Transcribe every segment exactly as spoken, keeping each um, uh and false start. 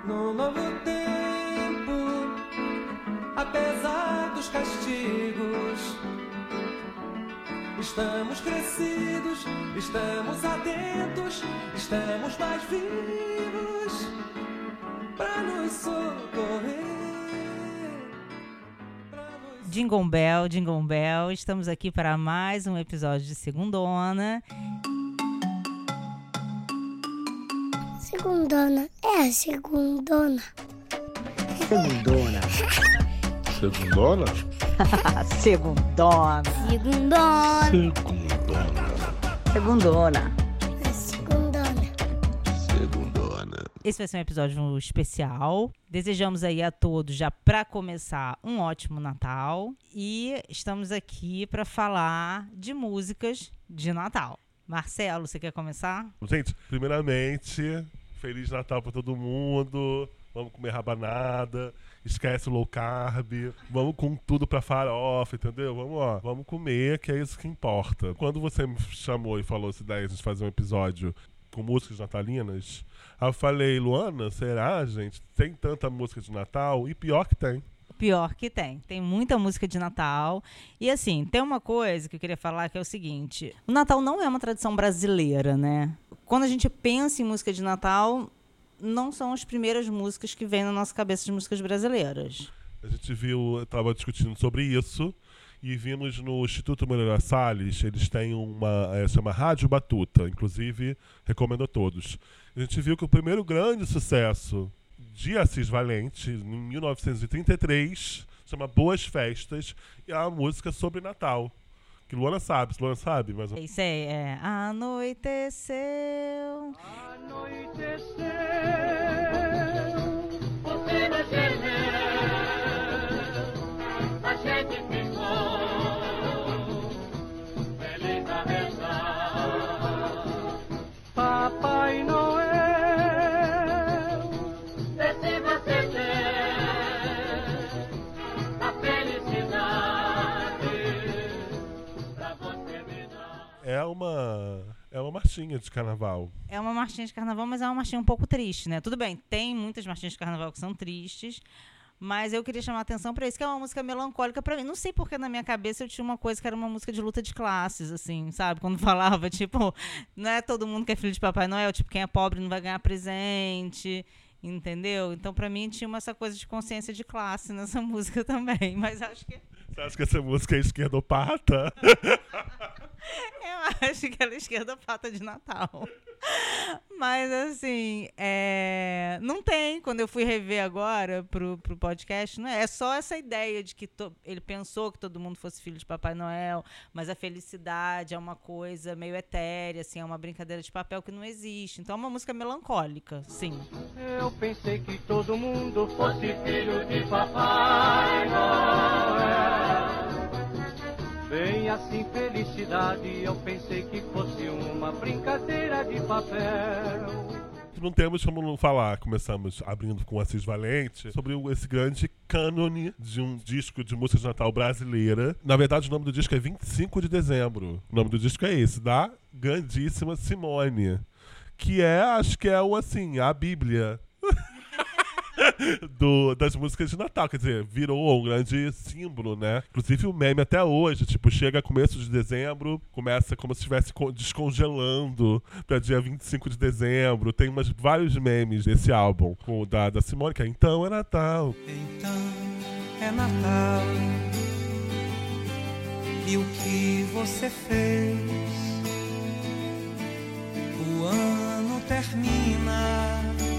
no novo tempo, apesar dos castigos, estamos crescidos, estamos atentos, estamos mais vivos pra nos socorrer. Jingle Bell, Jingle Bell, estamos aqui para mais um episódio de Segundona. Segundona, é a segundona. Segundona. Segundona? Segundona. Segundona. Segundona. Segundona. Segundona. Esse vai ser um episódio especial. Desejamos aí a todos, já para começar, um ótimo Natal. E estamos aqui para falar de músicas de Natal. Marcelo, você quer começar? Gente, primeiramente, Feliz Natal pra todo mundo. Vamos comer rabanada. Esquece o low carb. Vamos com tudo pra farofa, entendeu? Vamos, ó, vamos comer, que é isso que importa. Quando você me chamou e falou essa ideia de a gente fazer um episódio com músicas natalinas, aí eu falei, Luana, será, gente? Tem tanta música de Natal? E pior que tem. Pior que tem. Tem muita música de Natal. E assim, tem uma coisa que eu queria falar que é o seguinte. O Natal não é uma tradição brasileira, né? Quando a gente pensa em música de Natal, não são as primeiras músicas que vêm na nossa cabeça de músicas brasileiras. A gente viu, estava discutindo sobre isso e vimos no Instituto Moreira Salles, eles têm uma, é, chama Rádio Batuta, inclusive recomendo a todos. A gente viu que o primeiro grande sucesso de Assis Valente, em mil novecentos e trinta e três, chama Boas Festas, e é uma música sobre Natal. Que Luana sabe, Luana sabe, mas... Isso aí, é... Anoiteceu... Anoiteceu, você não gemeu, a gente ficou feliz a rezar. Papai Noel, vê se você tem a felicidade pra você me dar. É uma... É uma marchinha de carnaval. É uma marchinha de carnaval, mas é uma marchinha um pouco triste, né? Tudo bem, tem muitas marchinhas de carnaval que são tristes, mas eu queria chamar a atenção pra isso, que é uma música melancólica pra mim. Não sei porque na minha cabeça eu tinha uma coisa que era uma música de luta de classes, assim, sabe? Quando falava, tipo, não é todo mundo que é filho de Papai Noel, tipo, quem é pobre não vai ganhar presente, entendeu? Então pra mim tinha uma, essa coisa de consciência de classe nessa música também, mas acho que... Você acha que essa música é esquerdopata? Eu acho que ela é esquerdopata de Natal. Mas, assim, é... não tem. Quando eu fui rever agora pro, pro podcast, não é? É só essa ideia de que to... ele pensou que todo mundo fosse filho de Papai Noel, mas a felicidade é uma coisa meio etérea, assim, é uma brincadeira de papel que não existe. Então é uma música melancólica, sim. Eu pensei que todo mundo fosse filho de Papai Noel. Bem assim, felicidade, eu pensei que fosse uma brincadeira de papel. Não temos como não falar, começamos abrindo com Assis Valente, sobre esse grande cânone de um disco de música de Natal brasileira. Na verdade, o nome do disco é vinte e cinco de dezembro. O nome do disco é esse, da grandíssima Simone. Que é, acho que é o, assim, a Bíblia Do, das músicas de Natal, quer dizer, virou um grande símbolo, né? Inclusive o meme até hoje, tipo, chega começo de dezembro, começa como se estivesse descongelando pra dia vinte e cinco de dezembro. Tem umas, vários memes desse álbum com, da, da Simone, que é Então é Natal. Então é Natal, e o que você fez? O ano termina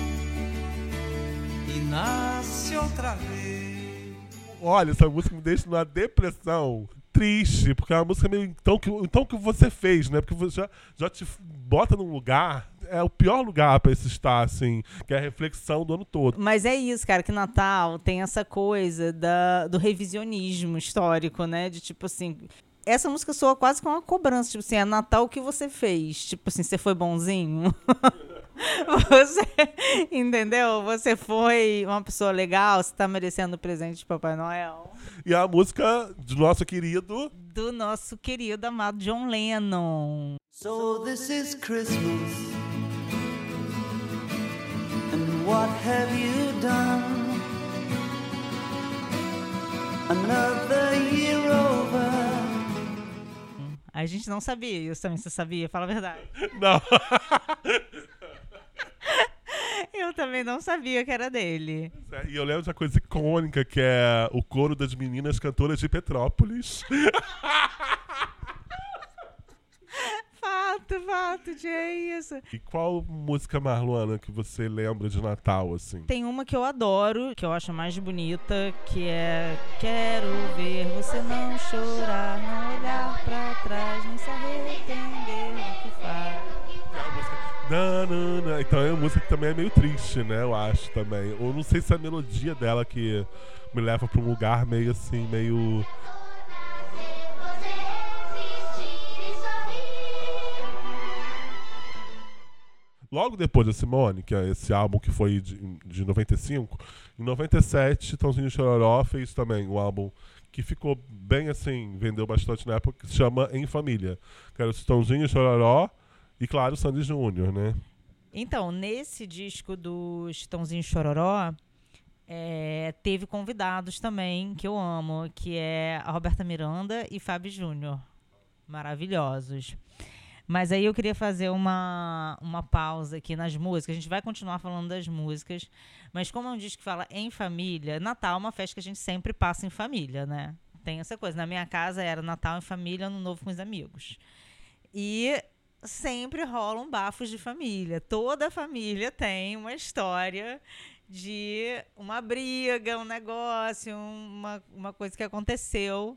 e nasce outra vez. Olha, essa música me deixa numa depressão triste, porque é uma música meio então que, então que você fez, né? Porque você já, já te bota num lugar, é o pior lugar pra se estar, assim, que é a reflexão do ano todo. Mas é isso, cara, que Natal tem essa coisa da, do revisionismo histórico, né? De tipo assim... Essa música soa quase com uma cobrança, tipo assim, é Natal o que você fez? Tipo assim, você foi bonzinho? Você, entendeu? Você foi uma pessoa legal, você tá merecendo o presente de Papai Noel. E a música do nosso querido... Do nosso querido amado John Lennon. So this is Christmas, and what have you done? Another year over. A gente não sabia isso também, você sabia? Fala a verdade. Não. Eu também não sabia que era dele. E eu lembro de uma coisa icônica, que é o coro das meninas cantoras de Petrópolis. Fato, fato, tinha isso. E qual música, Marluana, que você lembra de Natal, assim? Tem uma que eu adoro, que eu acho mais bonita, que é Quero ver você não chorar, não olhar pra trás, nem se arrepender do que faz. É a música... Não, não, não. Então é uma música que também é meio triste, né? Eu acho também. Ou não sei se é a melodia dela que me leva pra um lugar meio assim, meio... Logo depois da Simone, que é esse álbum que foi de, de noventa e cinco, em noventa e sete, Tãozinho e Chororó fez também um álbum que ficou bem assim, vendeu bastante na época, que se chama Em Família. Que era o Tãozinho e Chororó e, claro, o Sandy Júnior, né? Então, nesse disco do Tãozinho e Chororó, é, teve convidados também, que eu amo, que é a Roberta Miranda e Fábio Júnior. Maravilhosos. Mas aí eu queria fazer uma, uma pausa aqui nas músicas. A gente vai continuar falando das músicas, mas como é um disco que fala em família, Natal é uma festa que a gente sempre passa em família, né? Tem essa coisa. Na minha casa era Natal em família, Ano Novo com os amigos. E sempre rolam bafos de família. Toda família tem uma história de uma briga, um negócio, uma, uma coisa que aconteceu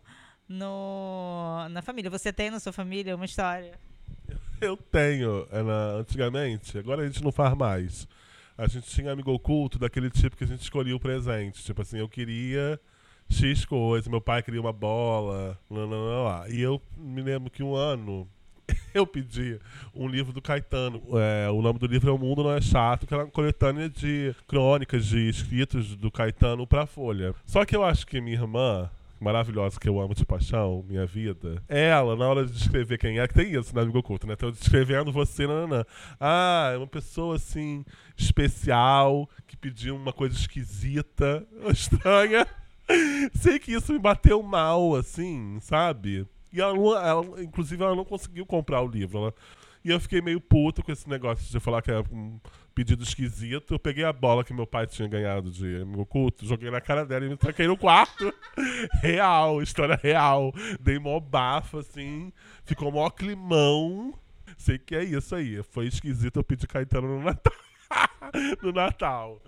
no, na família. Você tem na sua família uma história? Eu tenho, ela, antigamente, agora a gente não faz mais. A gente tinha amigo oculto daquele tipo que a gente escolhia o presente. Tipo assim, eu queria X coisa, meu pai queria uma bola, lá, lá, lá, lá. E eu me lembro que um ano eu pedi um livro do Caetano. É, o nome do livro é O Mundo Não É Chato, que era uma coletânea de crônicas de escritos do Caetano pra Folha. Só que eu acho que minha irmã, maravilhosa, que eu amo de paixão, minha vida, ela, na hora de descrever quem é, que tem isso na Amigo Oculto, né? Então, descrevendo você, nananã. Ah, é uma pessoa, assim, especial, que pediu uma coisa esquisita, estranha. Sei que isso me bateu mal, assim, sabe? E ela, não, ela, inclusive, ela não conseguiu comprar o livro. Ela, e eu fiquei meio puto com esse negócio de falar que era um pedido esquisito. Eu peguei a bola que meu pai tinha ganhado de Amigo Oculto, joguei na cara dela e me tranquei no quarto. Real, história real. Dei mó bafo, assim. Ficou mó climão. Sei que é isso aí. Foi esquisito eu pedir Caetano no Natal. no Natal.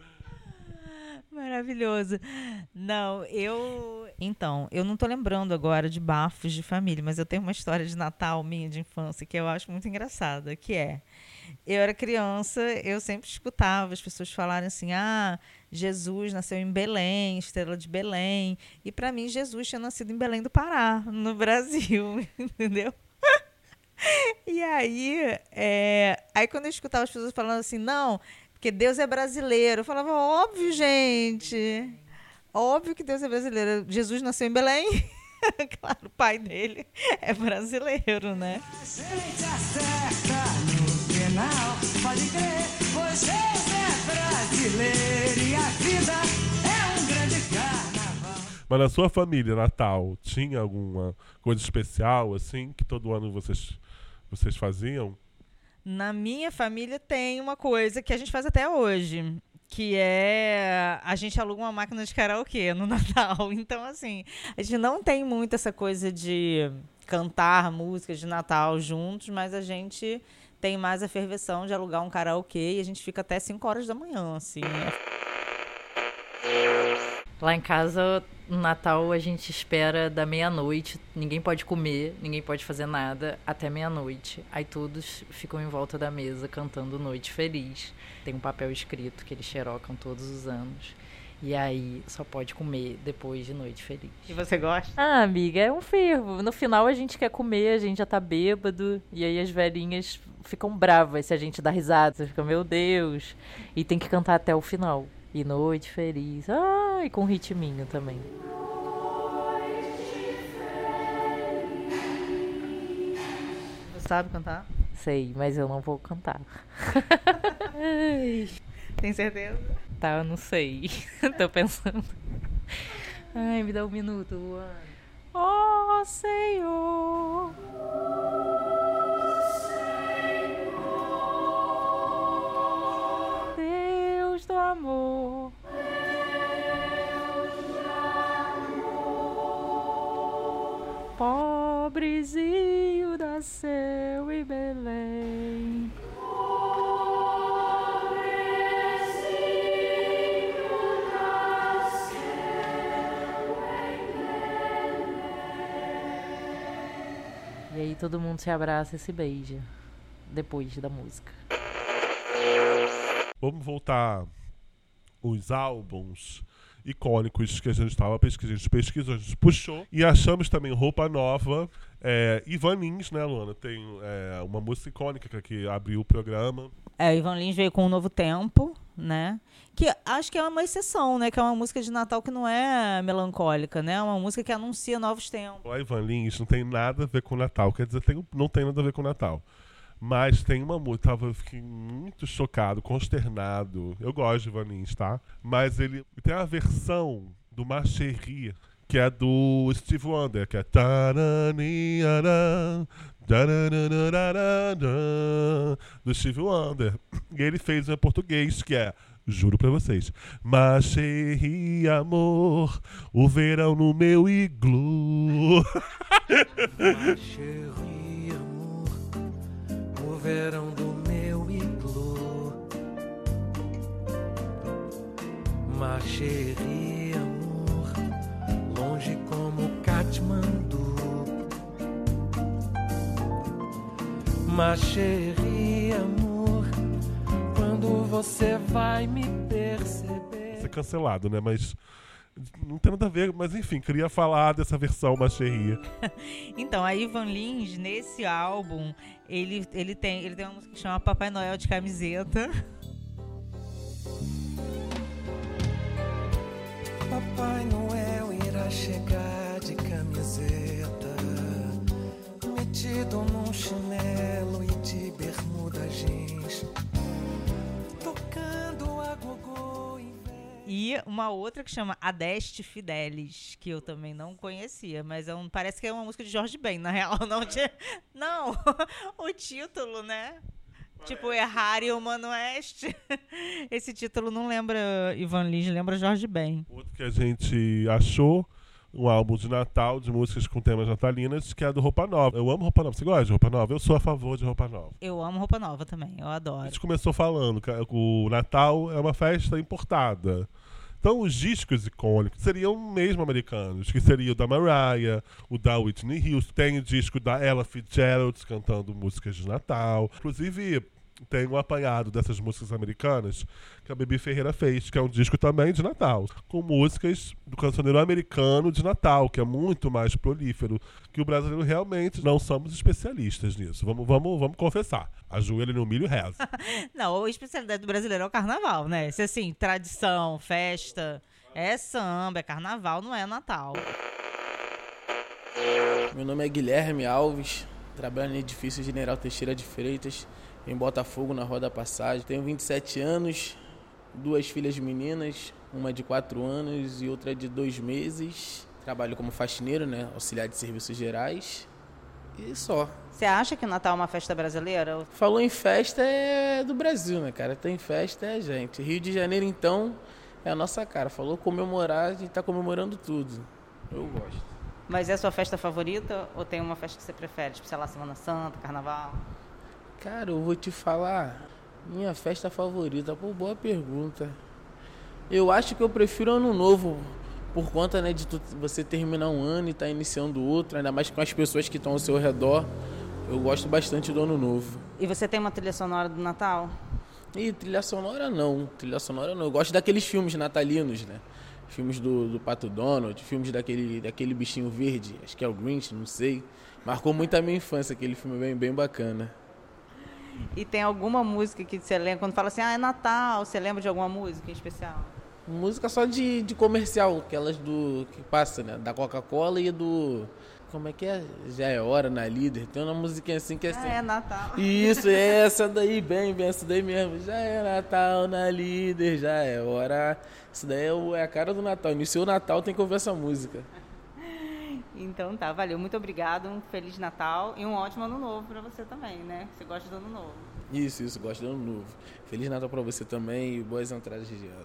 Maravilhoso. Não, eu... Então, eu não tô lembrando agora de bafos de família, mas eu tenho uma história de Natal minha, de infância, que eu acho muito engraçada, que é... Eu era criança, eu sempre escutava as pessoas falarem assim, ah, Jesus nasceu em Belém, estrela de Belém. E para mim, Jesus tinha nascido em Belém do Pará, no Brasil, entendeu? E aí, é... aí quando eu escutava as pessoas falando assim, não... Porque Deus é brasileiro. Eu falava, óbvio, gente. Óbvio que Deus é brasileiro. Jesus nasceu em Belém. Claro, o pai dele é brasileiro, né? Você acerta no final, pode crer, você é brasileiro e a vida é um grande carnaval. Mas na sua família, Natal, tinha alguma coisa especial, assim, que todo ano vocês, vocês faziam? Na minha família tem uma coisa que a gente faz até hoje, que é a gente aluga uma máquina de karaokê no Natal. Então, assim, a gente não tem muito essa coisa de cantar músicas de Natal juntos, mas a gente tem mais a ferveção de alugar um karaokê e a gente fica até cinco horas da manhã, assim. Lá em casa, no Natal, a gente espera da meia-noite. Ninguém pode comer, ninguém pode fazer nada até meia-noite. Aí todos ficam em volta da mesa cantando Noite Feliz. Tem um papel escrito que eles xerocam todos os anos. E aí só pode comer depois de Noite Feliz. E você gosta? Ah, amiga, é um fervo. No final a gente quer comer, a gente já tá bêbado. E aí as velhinhas ficam bravas se a gente dá risada. Você fica, meu Deus. E tem que cantar até o final. E Noite Feliz. Ah, e com ritminho também. Você sabe cantar? Sei, mas eu não vou cantar. Tem certeza? Tá, eu não sei. Tô pensando. Ai, me dá um minuto, Luana. Ó Senhor, Deus do amor, pobrezinho da céu e Belém. E aí todo mundo se abraça e se beija depois da música. Vamos voltar os álbuns icônicos que a gente estava pesquisando, a gente pesquisou, a gente puxou e achamos também Roupa Nova. É, Ivan Lins, né, Luana? Tem é, uma música icônica que abriu o programa. É, o Ivan Lins veio com Um Novo Tempo, né? Que acho que é uma exceção, né? Que é uma música de Natal que não é melancólica, né? É uma música que anuncia novos tempos. O Ivan Lins não tem nada a ver com Natal, quer dizer, tem, não tem nada a ver com Natal. Mas tem uma música, eu fiquei muito chocado, consternado. Eu gosto de Ivan Lins, tá? Mas ele tem a versão do Ma Chérie, que é do Steve Wonder, que é do Steve Wonder. E ele fez em português, que é, juro pra vocês, Ma Chérie, amor, o verão no meu iglu. Ma chérie, amor, o verão do meu iglu. Ma chérie, amor, longe como Katmandu. Ma chérie, amor, quando você vai me perceber. Isso é cancelado, né? Mas não tem nada a ver. Mas enfim, queria falar dessa versão Ma Chérie. Então, a Ivan Lins, nesse álbum, ele, ele, tem, ele tem uma música que chama Papai Noel de Camiseta. Papai Noel irá chegar de camiseta, metido num chinelo e de bermuda jeans, tocando a gogô em vez... E uma outra que chama Adeste Fidelis, que eu também não conhecia, mas é um, parece que é uma música de Jorge Ben, na real. Não, tinha, não o título, né? Tipo, Errare Humano Oeste. Esse título não lembra Ivan Lins, lembra Jorge Ben. Outro que a gente achou, um álbum de Natal, de músicas com temas natalinas, que é do Roupa Nova. Eu amo Roupa Nova. Você gosta de Roupa Nova? Eu sou a favor de Roupa Nova. Eu amo Roupa Nova também, eu A adoro. gente começou falando que o Natal é uma festa importada. Então os discos icônicos seriam mesmo americanos, que seria o da Mariah, o da Whitney Houston. Tem o disco da Ella Fitzgerald cantando músicas de Natal. Inclusive, tem um apanhado dessas músicas americanas que a Bebê Ferreira fez, que é um disco também de Natal, com músicas do cancioneiro americano de Natal, que é muito mais prolífero, que o brasileiro realmente não somos especialistas nisso. Vamos, vamos, vamos confessar. Ajoelha no milho e reza. Não, a especialidade do brasileiro é o carnaval, né? Se assim, tradição, festa, é samba, é carnaval, não é Natal. Meu nome é Guilherme Alves, trabalho no edifício General Teixeira de Freitas, em Botafogo, na Rua da Passagem. Tenho vinte e sete anos, duas filhas meninas, uma de quatro anos e outra de dois meses. Trabalho como faxineiro, né, auxiliar de serviços gerais e só. Você acha que o Natal é uma festa brasileira? Falou em festa, é do Brasil, né, cara? Tem festa, é a gente. Rio de Janeiro, então, é a nossa cara. Falou comemorar, a gente tá comemorando tudo. Eu gosto. Mas é a sua festa favorita ou tem uma festa que você prefere? Tipo, sei lá, Semana Santa, Carnaval? Cara, eu vou te falar, minha festa favorita, pô, boa pergunta. Eu acho que eu prefiro Ano Novo, por conta, né, de tu, você terminar um ano e tá iniciando outro, ainda mais com as pessoas que estão ao seu redor. Eu gosto bastante do Ano Novo. E você tem uma trilha sonora do Natal? E trilha sonora não, trilha sonora não. Eu gosto daqueles filmes natalinos, né? Filmes do, do Pato Donald, filmes daquele, daquele bichinho verde, acho que é o Grinch, não sei. Marcou muito a minha infância, aquele filme bem, bem bacana. E tem alguma música que você lembra, quando fala assim, ah, é Natal, você lembra de alguma música em especial? Música só de, de comercial, aquelas do que passa, né? Da Coca-Cola e do... Como é que é? Já é hora na Líder. Tem uma musiquinha assim que é assim. Ah, é Natal. Isso, é essa daí, bem, bem, essa daí mesmo. Já é Natal na Líder, já é hora. Isso daí é, o, é a cara do Natal. Iniciou o Natal, tem que ouvir essa música. Então tá, valeu. Muito obrigado. Um Feliz Natal e um ótimo Ano Novo pra você também, né? Você gosta do Ano Novo. Isso, isso, gosto do Ano Novo. Feliz Natal pra você também e boas entradas de ano.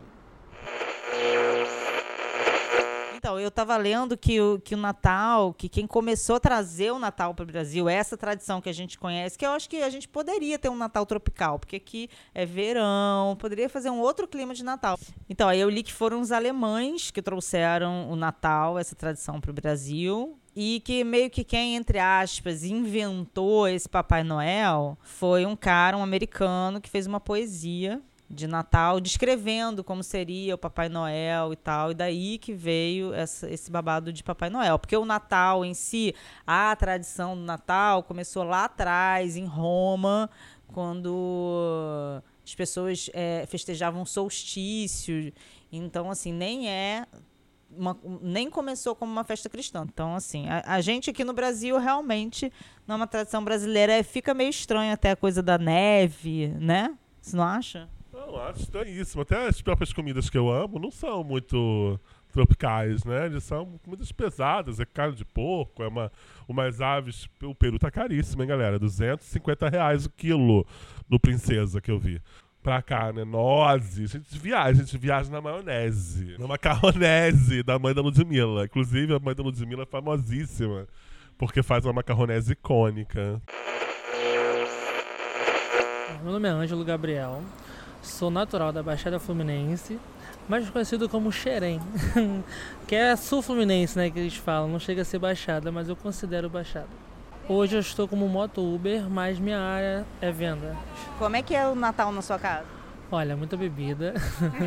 Então, eu estava lendo que o, que o Natal, que quem começou a trazer o Natal para o Brasil, essa tradição que a gente conhece, que eu acho que a gente poderia ter um Natal tropical, porque aqui é verão, poderia fazer um outro clima de Natal. Então, aí eu li que foram os alemães que trouxeram o Natal, essa tradição para o Brasil, e que meio que quem, entre aspas, inventou esse Papai Noel foi um cara, um americano, que fez uma poesia de Natal, descrevendo como seria o Papai Noel e tal, e daí que veio essa, esse babado de Papai Noel, porque o Natal em si, a tradição do Natal começou lá atrás, em Roma, quando as pessoas é, festejavam o solstício, então assim, nem é Uma, nem começou como uma festa cristã. Então, assim, a, a gente aqui no Brasil realmente, numa tradição brasileira, é, fica meio estranho até a coisa da neve, né? Você não acha? Não, acho estranhíssimo. Até as próprias comidas que eu amo não são muito tropicais, né? Eles são comidas pesadas, é carne de porco, é uma, umas aves... O peru tá caríssimo, hein, galera? duzentos e cinquenta reais o quilo no Princesa que eu vi. Pra cá, né? Nozes. A gente viaja, a gente viaja na maionese, na macarronese da mãe da Ludmilla. Inclusive, a mãe da Ludmilla é famosíssima, porque faz uma macarronese icônica. Meu nome é Ângelo Gabriel, sou natural da Baixada Fluminense, mais conhecido como Xerém, que é sul fluminense, né, que eles falam, não chega a ser Baixada, mas eu considero Baixada. Hoje eu estou como moto Uber, mas minha área é venda. Como é que é o Natal na sua casa? Olha, muita bebida,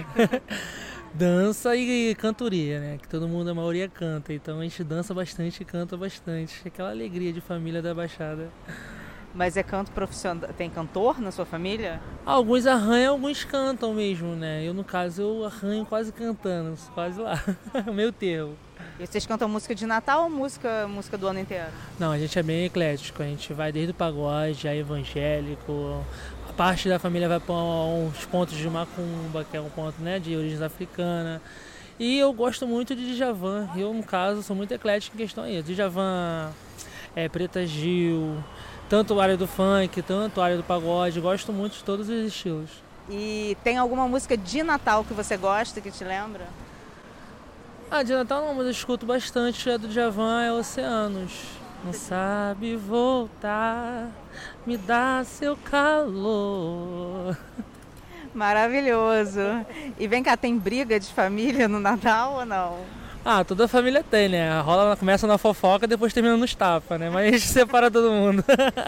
dança e cantoria, né? Que todo mundo, a maioria canta. Então a gente dança bastante e canta bastante. Aquela alegria de família da Baixada. Mas é canto profissional? Tem cantor na sua família? Alguns arranham, alguns cantam mesmo, né? Eu, no caso, eu arranho quase cantando, quase lá. Meio termo. E vocês cantam música de Natal ou música, música do ano inteiro? Não, a gente é bem eclético. A gente vai desde o pagode a evangélico. A parte da família vai para uns pontos de macumba, que é um ponto, né, de origem africana. E eu gosto muito de Djavan. Eu, no caso, sou muito eclético em questão aí. Djavan, é, Preta Gil, tanto a área do funk, tanto a área do pagode. Gosto muito de todos os estilos. E tem alguma música de Natal que você gosta, que te lembra? Ah, de Natal não, mas eu escuto bastante. A do Djavan é Oceanos. Não sabe voltar, me dá seu calor. Maravilhoso. E vem cá, tem briga de família no Natal ou não? Ah, toda família tem, né? Rola, começa na fofoca, depois termina nos tapas, né? Mas a gente separa todo mundo.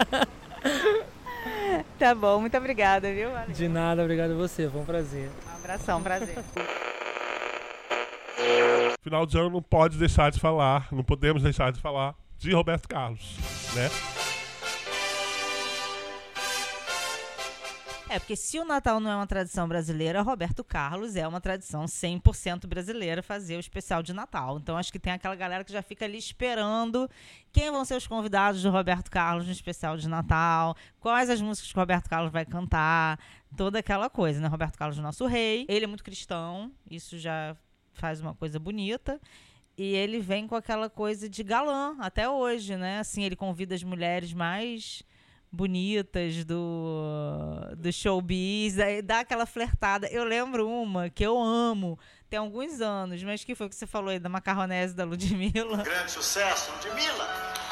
Tá bom, muito obrigada, viu? Valeu. De nada, obrigado a você, foi um prazer. Um abração, prazer. Final de ano não pode deixar de falar, não podemos deixar de falar de Roberto Carlos, né? É, porque se o Natal não é uma tradição brasileira, Roberto Carlos é uma tradição cem por cento brasileira fazer o especial de Natal. Então, acho que tem aquela galera que já fica ali esperando quem vão ser os convidados do Roberto Carlos no especial de Natal, quais as músicas que o Roberto Carlos vai cantar, toda aquela coisa, né? Roberto Carlos é nosso rei, ele é muito cristão, isso já faz uma coisa bonita. E ele vem com aquela coisa de galã até hoje, né? Assim, ele convida as mulheres mais bonitas do, do showbiz, aí dá aquela flertada. Eu lembro uma que eu amo, tem alguns anos, mas que foi o que você falou aí da macarronese da Ludmilla. Grande sucesso, Ludmilla!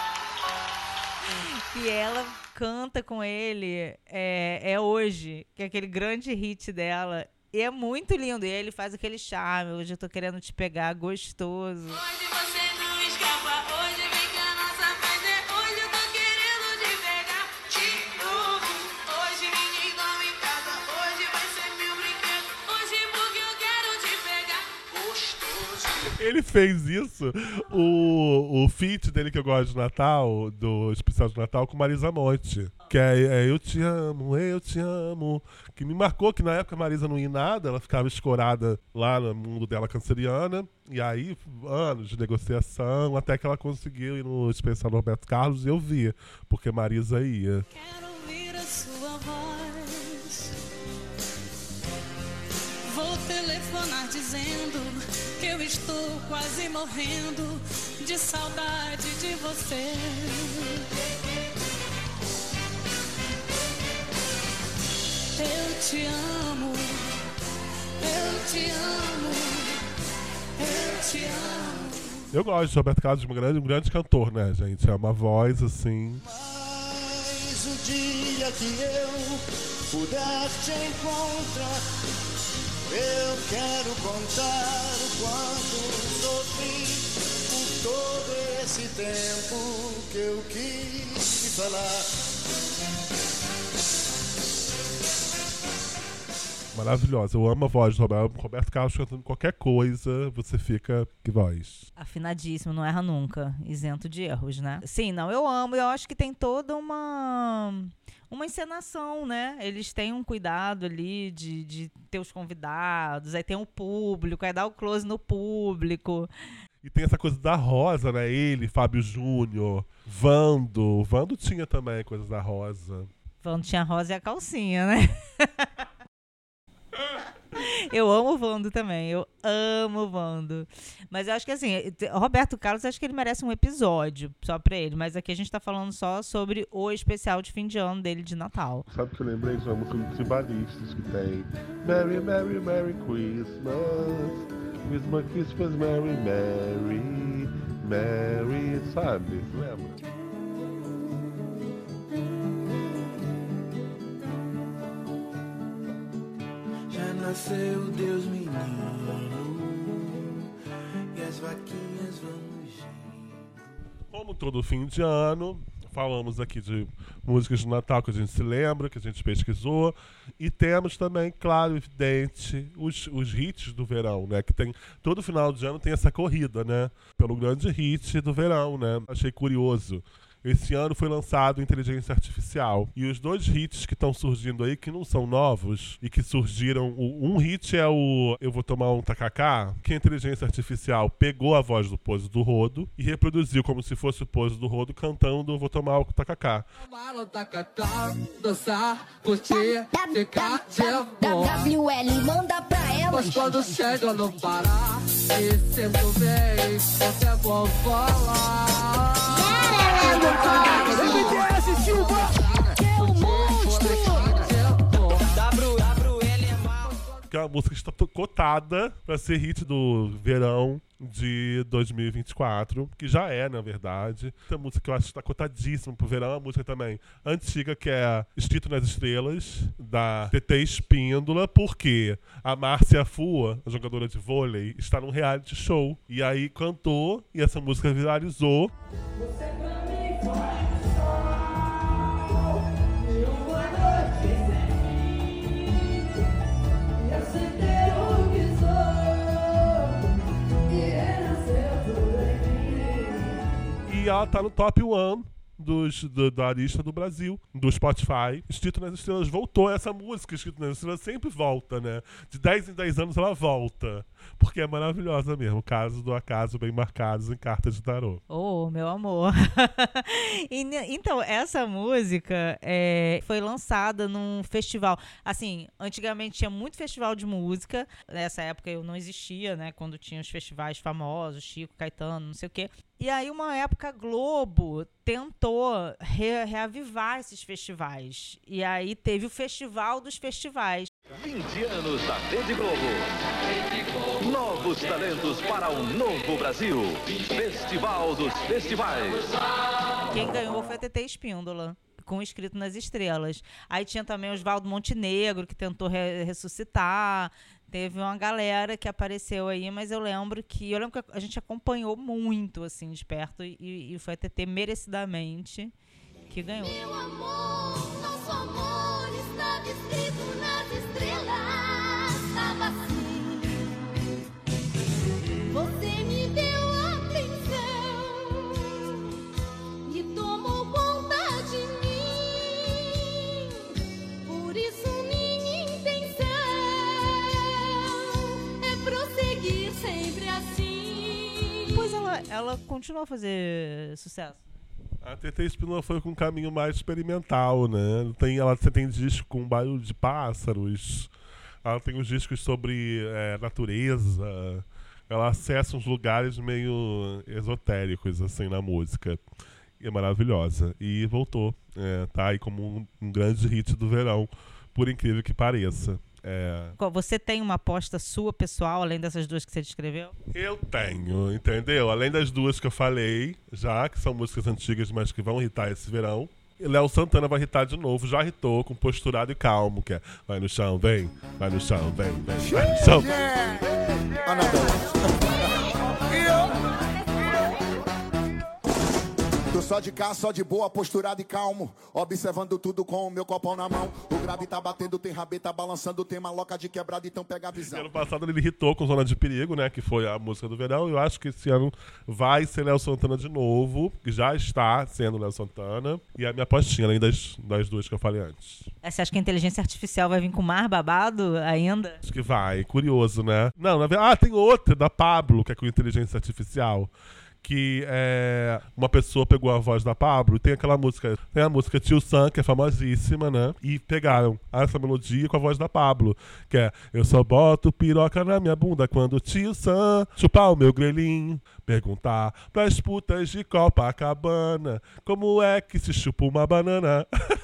E ela canta com ele é, é Hoje, que é aquele grande hit dela. E é muito lindo. E ele faz aquele charme. Hoje eu tô querendo te pegar, gostoso. Hoje você não escapa, hoje vem que a nossa paz é. Hoje eu tô querendo te pegar de novo. Hoje ninguém dorme em casa, hoje vai ser meu brinquedo. Hoje porque eu quero te pegar gostoso. Ele fez isso, o, o feat dele que eu gosto de Natal, do especial de Natal, com Marisa Monte. Que é, é Eu Te Amo, Eu Te Amo. Que me marcou que na época a Marisa não ia em nada, ela ficava escorada lá no mundo dela canceriana. E aí, anos de negociação, até que ela conseguiu ir no especial do Roberto Carlos e eu vi, porque Marisa ia. Quero ouvir a sua voz. Vou telefonar dizendo que eu estou quase morrendo de saudade de você. Eu te amo, eu te amo, eu te amo. Eu gosto de Roberto Carlos, um grande, um grande cantor, né, gente? É uma voz assim. Mas o dia que eu puder te encontrar, eu quero contar o quanto sofri por todo esse tempo que eu quis te falar. Maravilhosa, eu amo a voz do Roberto, Roberto Carlos cantando qualquer coisa, você fica, que voz. Afinadíssimo, não erra nunca, isento de erros, né? Sim, não, eu amo, eu acho que tem toda uma uma encenação, né? Eles têm um cuidado ali de, de ter os convidados, aí tem o público, aí dá o close no público. E tem essa coisa da Rosa, né? Ele, Fábio Júnior, Vando, Vando tinha também coisas da Rosa. Vando tinha a Rosa e a calcinha, né? Eu amo o Vando também, eu amo o Vando. Mas eu acho que assim, Roberto Carlos, acho que ele merece um episódio só pra ele. Mas aqui a gente tá falando só sobre o especial de fim de ano dele de Natal. Sabe o que eu lembrei de uma música do Tribalistas que tem Merry, Merry, Merry Christmas, with my Christmas, Merry, Merry, Merry, sabe? Lembra? Nasceu Deus menino e as vaquinhas vão mugindo. Como todo fim de ano, falamos aqui de músicas de Natal que a gente se lembra, que a gente pesquisou, e temos também, claro, evidente, os, os hits do verão, né? Que tem todo final de ano tem essa corrida, né? Pelo grande hit do verão, né? Achei curioso. Esse ano foi lançado Inteligência Artificial. E os dois hits que estão surgindo aí, que não são novos, e que surgiram... O, um hit é o Eu Vou Tomar um Tacacá, que a Inteligência Artificial pegou a voz do Pose do Rodo e reproduziu como se fosse o Pose do Rodo cantando Eu Vou Tomar o Tacacá. Tomar o tacacá, dançar, curtir, ficar de amor. W L manda pra ela. Mas quando chega no Pará, e sendo bem, você é bom falar. B T S, Silva, que é um monstro. Que é uma música que está cotada para ser hit do verão de dois mil e vinte e quatro, que já é, na verdade. Tem uma música que eu acho que está cotadíssima pro verão, uma música também antiga, que é Escrito nas Estrelas, da T T Espíndola, porque a Márcia Fua, a jogadora de vôlei, está num reality show. E aí cantou, e essa música viralizou. Você pra mim foi e ela tá no top one dos, do, da lista do Brasil, do Spotify. Escrito nas Estrelas voltou. Essa música, Escrito nas Estrelas, sempre volta, né? De dez em dez anos ela volta. Porque é maravilhosa mesmo. Caso do acaso bem marcados em cartas de tarô. Oh, meu amor. e, então, essa música é, foi lançada num festival. Assim, antigamente tinha muito festival de música. Nessa época eu não existia, né? Quando tinha os festivais famosos, Chico, Caetano, não sei o quê. E aí, uma época, a Globo tentou re- reavivar esses festivais. E aí teve o Festival dos Festivais. vinte anos da Rede Globo. Novos talentos para um novo Brasil. Festival dos Festivais. Quem ganhou foi a T T Espíndola, com Escrito nas Estrelas. Aí tinha também o Oswaldo Montenegro, que tentou re- ressuscitar. Teve uma galera que apareceu aí, mas eu lembro que eu lembro que a gente acompanhou muito, assim, de perto, e, e foi a T T merecidamente que ganhou. Meu amor, nosso amor estava escrito nas estrelas. Estava assim. Você me seguir sempre assim. Depois ela, ela continuou a fazer sucesso. A T T Espinosa foi com um caminho mais experimental, né? Tem, ela, você tem disco com barulho de pássaros, ela tem os discos sobre é, natureza, ela acessa uns lugares meio esotéricos, assim, na música. E é maravilhosa. E voltou. É, tá aí como um, um grande hit do verão, por incrível que pareça. É... Você tem uma aposta sua, pessoal, além dessas duas que você descreveu? Eu tenho, entendeu? Além das duas que eu falei, já, que são músicas antigas, mas que vão hitar esse verão. E Léo Santana vai hitar de novo, já hitou com Posturado e Calmo, que é vai no chão, vem, vai no chão, vem, vem, vai no chão. Tô só de cá, só de boa, posturado e calmo, observando tudo com o meu copão na mão. O grave tá batendo, tem rabeta balançando, tem maloca de quebrada, então pega a visão. Ano passado ele hitou com Zona de Perigo, né, que foi a música do verão. Eu acho que esse ano vai ser Léo Santana de novo, que já está sendo Léo Santana. E a minha apostinha, além das, das duas que eu falei antes. Você acha que a inteligência artificial vai vir com mais babado ainda? Acho que vai, curioso, né? Não, na verdade, ah, tem outra da Pablo, que é com inteligência artificial. Que é, uma pessoa pegou a voz da Pablo e tem aquela música, tem a música Tio Sam, que é famosíssima, né? E pegaram essa melodia com a voz da Pablo, que é eu só boto piroca na minha bunda quando o Tio Sam chupar o meu grelhinho, perguntar pras putas de Copacabana como é que se chupa uma banana.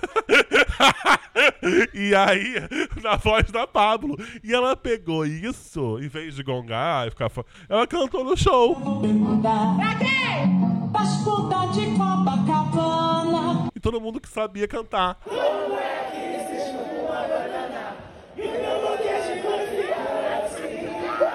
E aí, na voz da Pablo. E ela pegou isso, em vez de gongar e ficar. Ela cantou no show. Pra quê? Pras putas de Copacabana. E todo mundo que sabia cantar. Como é que se chupa uma banana? E o meu boquete confia assim.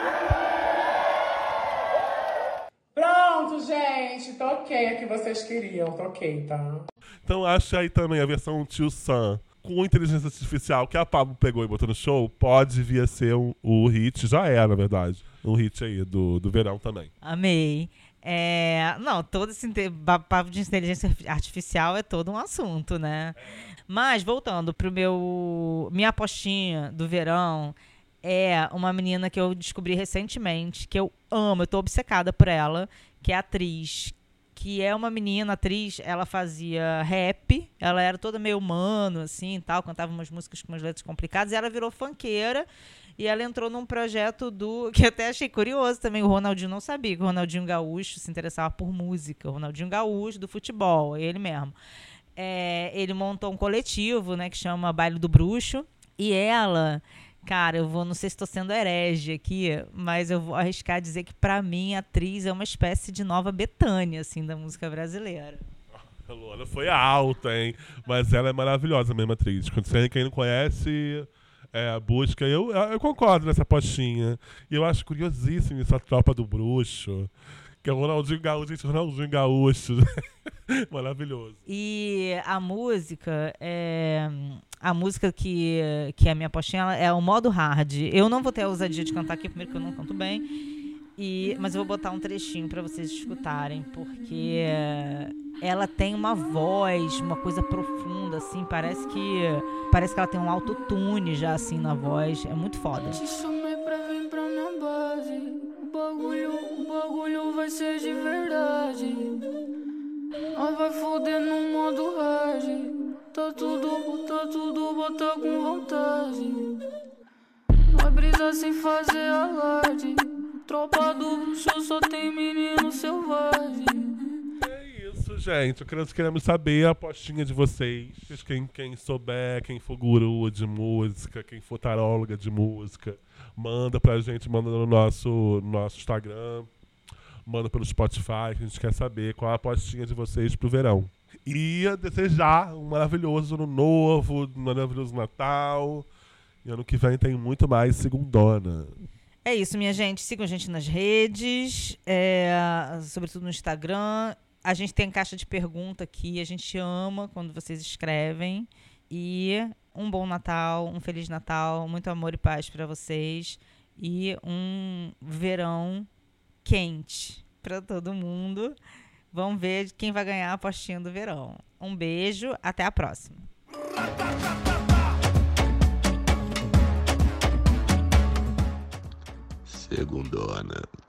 Pronto, gente. Toquei a que vocês queriam. Toquei, tá? Então acha aí também a versão Tio Sam com inteligência artificial que a Pablo pegou e botou no show, pode vir a ser um, o hit, já é, na verdade, um hit aí do, do verão também. Amei. É, não, todo esse papo de inteligência artificial é todo um assunto, né? Mas, voltando pro meu... Minha apostinha do verão é uma menina que eu descobri recentemente, que eu amo, eu tô obcecada por ela, que é a atriz, que é uma menina, atriz, ela fazia rap, ela era toda meio humano, assim, e tal, cantava umas músicas com umas letras complicadas, e ela virou funkeira, e ela entrou num projeto do, que eu até achei curioso também, o Ronaldinho não sabia, que o Ronaldinho Gaúcho se interessava por música, o Ronaldinho Gaúcho do futebol, ele mesmo. É, ele montou um coletivo, né, que chama Baile do Bruxo, e ela... Cara, eu vou, não sei se estou sendo herege aqui, mas eu vou arriscar dizer que, pra mim, a atriz é uma espécie de nova Bethânia, assim, da música brasileira. A Luana foi alta, hein? Mas ela é maravilhosa mesmo, atriz. Quem não conhece, é, busca. Eu, eu concordo nessa apostinha. E eu acho curiosíssimo essa tropa do bruxo. Que é o Ronaldinho Gaúcho, gente, Ronaldinho Gaúcho. Maravilhoso. E a música, é, a música que, que é a minha apostinha é o modo hard. Eu não vou ter a ousadia de cantar aqui, primeiro que eu não canto bem, e, mas eu vou botar um trechinho pra vocês escutarem, porque ela tem uma voz, uma coisa profunda, assim, parece que, parece que ela tem um autotune já, assim, na voz. É muito foda. Te chamei pra vir pra minha base. O bagulho, o bagulho vai ser de verdade. Nós vai foder no modo hard. Tá tudo, tá tudo, bota com vontade. Vai brisar sem fazer alarde. Tropa do bruxo só tem menino selvagem. É isso, gente. Eu queremos, queremos saber a apostinha de vocês. Quem, quem souber, quem for guru de música, quem for taróloga de música, manda pra gente, manda no nosso, nosso Instagram, manda pelo Spotify, que a gente quer saber qual a apostinha de vocês pro verão. E desejar um maravilhoso ano novo, um maravilhoso Natal. E ano que vem tem muito mais segundona. É isso, minha gente. Sigam a gente nas redes, é, sobretudo no Instagram. A gente tem caixa de pergunta aqui. A gente ama quando vocês escrevem. E um bom Natal, um Feliz Natal, muito amor e paz para vocês. E um verão quente para todo mundo. Vamos ver quem vai ganhar a apostinha do verão. Um beijo, até a próxima. Segundona.